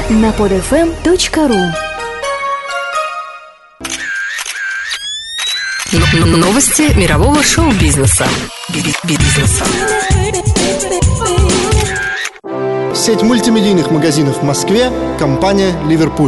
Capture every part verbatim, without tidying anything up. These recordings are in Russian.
на под эф эм точка ру. Новости мирового шоу-бизнеса. Бизнеса. Сеть мультимедийных магазинов в Москве, компания «Ливерпуль».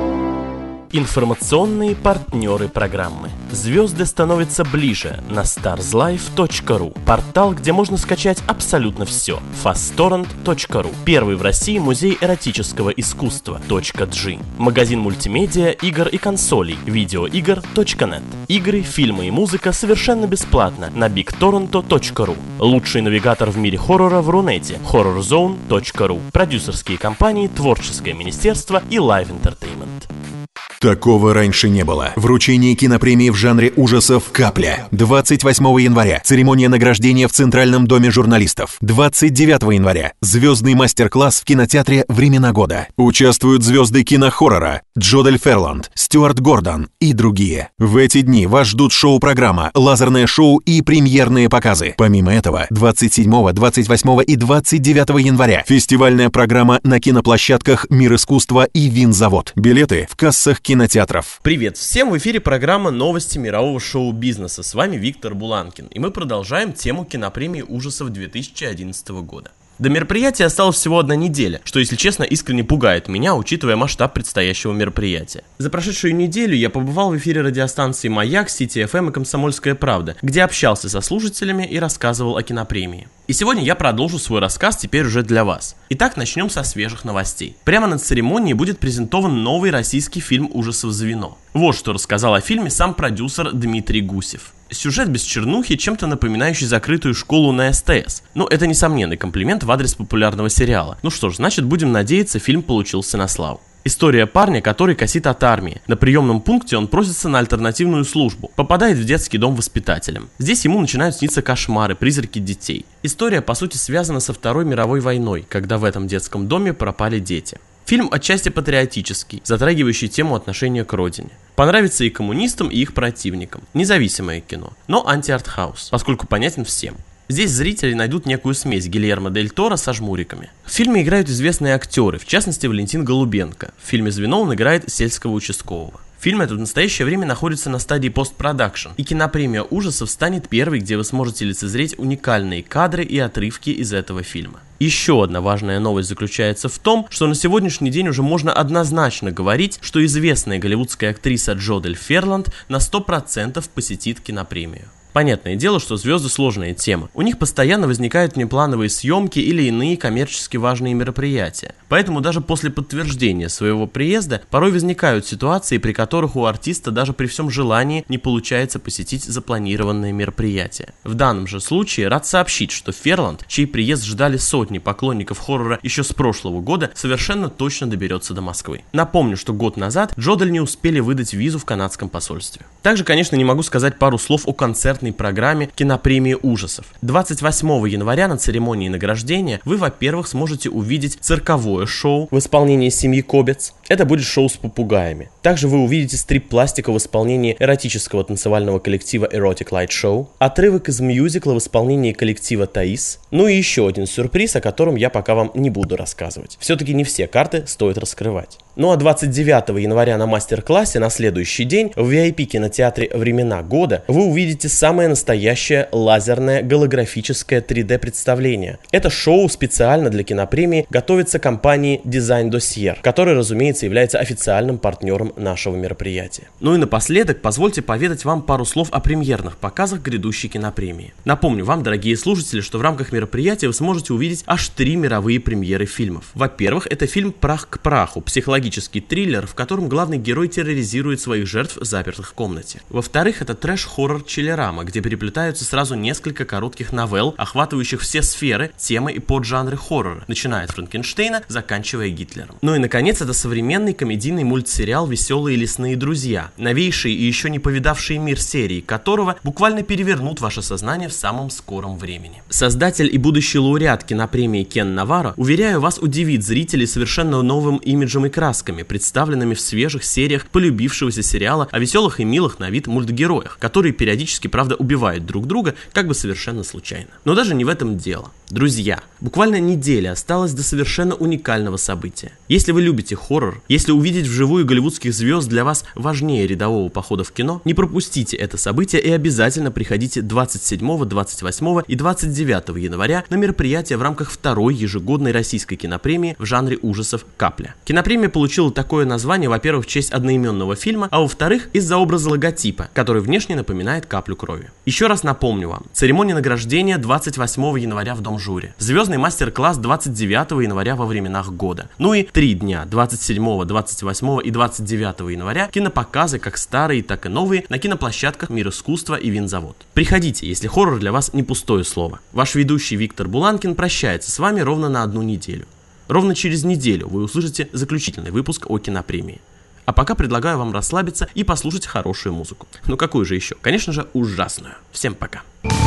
Информационные партнеры программы. Звезды становятся ближе на старс лайф точка ру. Портал, где можно скачать абсолютно все. фасторрент точка ру. Первый в России музей эротического искусства .джи. Магазин мультимедиа, игр и консолей видеоигр точка нет. Игры, фильмы и музыка совершенно бесплатно на биг торренто точка ру. Лучший навигатор в мире хоррора в Рунете. хоррор зон точка ру. Продюсерские компании, творческое министерство и Live Entertainment. Такого раньше не было. Вручение кинопремии в жанре ужасов «Капля». двадцать восьмого января. Церемония награждения в Центральном доме журналистов. двадцать девятого января. Звездный мастер-класс в кинотеатре «Времена года». Участвуют звезды кинохоррора Джодель Ферланд, Стюарт Гордон и другие. В эти дни вас ждут шоу-программа, лазерное шоу и премьерные показы. Помимо этого, двадцать седьмого, двадцать восьмого и двадцать девятого января фестивальная программа на киноплощадках «Мир искусства» и «Винзавод». Билеты в кассах кинотеатров. Привет всем, в эфире программа «Новости мирового шоу-бизнеса». С вами Виктор Буланкин, и мы продолжаем тему кинопремии ужасов две тысячи одиннадцатого года. До мероприятия осталась всего одна неделя, что, если честно, искренне пугает меня, учитывая масштаб предстоящего мероприятия. За прошедшую неделю я побывал в эфире радиостанции «Маяк», Сити эф эм и «Комсомольская правда», где общался со слушателями и рассказывал о кинопремии. И сегодня я продолжу свой рассказ теперь уже для вас. Итак, начнем со свежих новостей. Прямо на церемонии будет презентован новый российский фильм ужасов «Звено». Вот что рассказал о фильме сам продюсер Дмитрий Гусев. Сюжет без чернухи, чем-то напоминающий закрытую школу на эс тэ эс. Ну, это несомненный комплимент в адрес популярного сериала. Ну что ж, значит, будем надеяться, фильм получился на славу. История парня, который косит от армии. На приемном пункте он просится на альтернативную службу, попадает в детский дом воспитателем. Здесь ему начинают сниться кошмары, призраки детей. История, по сути, связана со Второй мировой войной, когда в этом детском доме пропали дети. Фильм отчасти патриотический, затрагивающий тему отношения к родине. Понравится и коммунистам, и их противникам. Независимое кино, но анти-артхаус, поскольку понятен всем. Здесь зрители найдут некую смесь Гильермо дель Торо со жмуриками. В фильме играют известные актеры, в частности Валентин Голубенко. В фильме «Звено» он играет сельского участкового. Фильм этот в настоящее время находится на стадии постпродакшн, и кинопремия ужасов станет первой, где вы сможете лицезреть уникальные кадры и отрывки из этого фильма. Еще одна важная новость заключается в том, что на сегодняшний день уже можно однозначно говорить, что известная голливудская актриса Джодель Ферланд на сто процентов посетит кинопремию. Понятное дело, что звезды сложная тема. У них постоянно возникают внеплановые съемки или иные коммерчески важные мероприятия. Поэтому даже после подтверждения своего приезда порой возникают ситуации, при которых у артиста даже при всем желании не получается посетить запланированное мероприятие. В данном же случае рад сообщить, что Ферланд, чей приезд ждали сотни поклонников хоррора еще с прошлого года, совершенно точно доберется до Москвы. Напомню, что год назад Джодель не успели выдать визу в канадском посольстве. Также, конечно, не могу сказать пару слов о концертной программе кинопремии ужасов. двадцать восьмого января на церемонии награждения вы, во-первых, сможете увидеть цирковое шоу в исполнении семьи Кобец. Это будет шоу с попугаями. Также вы увидите стрип-пластику в исполнении эротического танцевального коллектива Erotic Light Show, отрывок из мюзикла в исполнении коллектива Таис, ну и еще один сюрприз, о котором я пока вам не буду рассказывать. Все-таки не все карты стоит раскрывать. Ну а двадцать девятого января на мастер-классе на следующий день в ви ай пи кинотеатре «Времена года» вы увидите самое настоящее лазерное голографическое три дэ представление. Это шоу специально для кинопремии готовится компанией Design Dossier, которая, разумеется, является официальным партнером нашего мероприятия. Ну и напоследок, позвольте поведать вам пару слов о премьерных показах грядущей кинопремии. Напомню вам, дорогие слушатели, что в рамках мероприятия вы сможете увидеть аж три мировые премьеры фильмов. Во-первых, это фильм «Прах к праху», психологический триллер, в котором главный герой терроризирует своих жертв, запертых в комнате. Во-вторых, это трэш-хоррор «Чилерама», где переплетаются сразу несколько коротких новелл, охватывающих все сферы, темы и поджанры хоррора, начиная от Франкенштейна, заканчивая Гитлером. Ну и, наконец, это современный комедийный мультсериал «Веселые лесные друзья», новейшие и еще не повидавшие мир серии которого буквально перевернут ваше сознание в самом скором времени. Создатель и будущий лауреат кинопремии Кен Наваро, уверяю вас, удивит зрителей совершенно новым имиджем и красками, представленными в свежих сериях полюбившегося сериала о веселых и милых на вид мультгероях, которые периодически, правда, убивают друг друга, как бы совершенно случайно. Но даже не в этом дело. Друзья, буквально неделя осталась до совершенно уникального события. Если вы любите хоррор, если увидеть вживую голливудских звезд для вас важнее рядового похода в кино, не пропустите это событие и обязательно приходите двадцать седьмого, двадцать восьмого и двадцать девятого января на мероприятие в рамках второй ежегодной российской кинопремии в жанре ужасов «Капля». Кинопремия получила такое название, во-первых, в честь одноименного фильма, а во-вторых, из-за образа логотипа, который внешне напоминает каплю крови. Еще раз напомню вам, церемония награждения двадцать восьмого января в Дом жюри. Звездный мастер-класс двадцать девятого января во временах года. Ну и три дня, двадцать седьмого, двадцать восьмого и двадцать девятого января, кинопоказы как старые, так и новые на киноплощадках Мир искусства и Винзавод. Приходите, если хоррор для вас не пустое слово. Ваш ведущий Виктор Буланкин прощается с вами ровно на одну неделю. Ровно через неделю вы услышите заключительный выпуск о кинопремии. А пока предлагаю вам расслабиться и послушать хорошую музыку. Ну какую же еще? Конечно же, ужасную. Всем пока.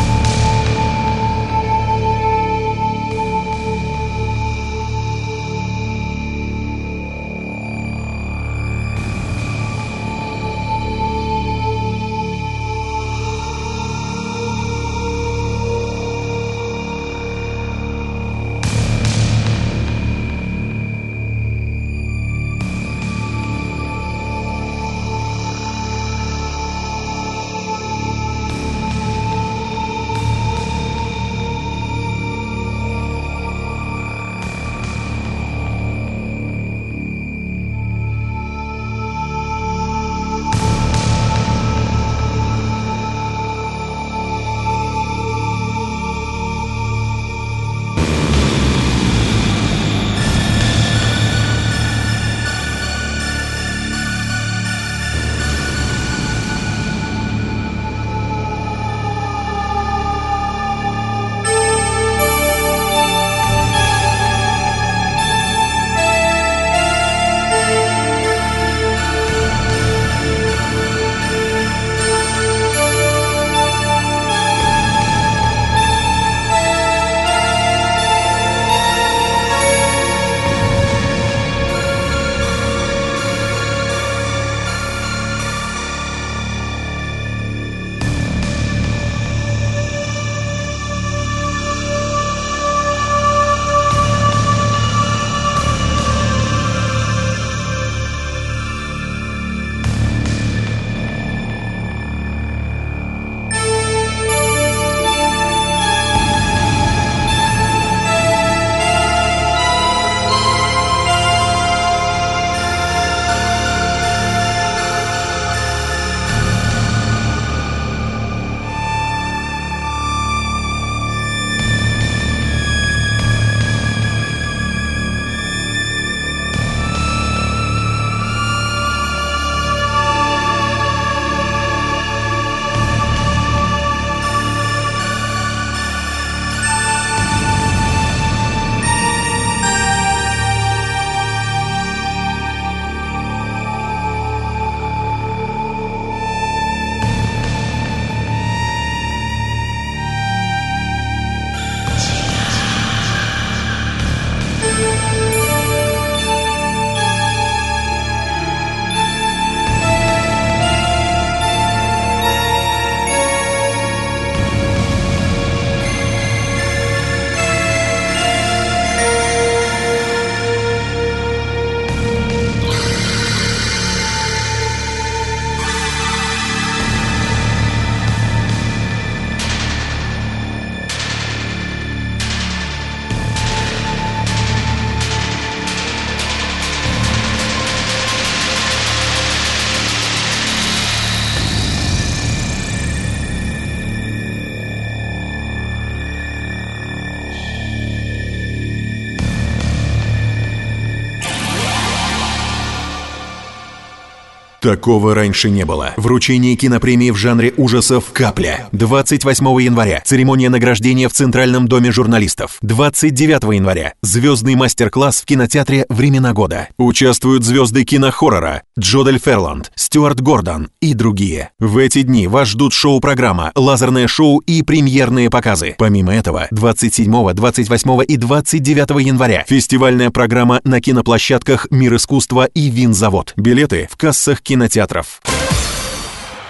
Такого раньше не было. Вручение кинопремии в жанре ужасов «Капля». двадцать восьмого января. Церемония награждения в Центральном доме журналистов. двадцать девятого января. Звездный мастер-класс в кинотеатре «Времена года». Участвуют звезды кинохоррора Джодель Ферланд, Стюарт Гордон и другие. В эти дни вас ждут шоу-программа, лазерное шоу и премьерные показы. Помимо этого, двадцать седьмого, двадцать восьмого и двадцать девятого января фестивальная программа на киноплощадках «Мир искусства» и «Винзавод». Билеты в кассах кинотеатров.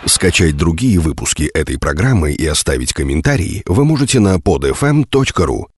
Скачать другие выпуски этой программы и оставить комментарии вы можете на под эф эм точка ру.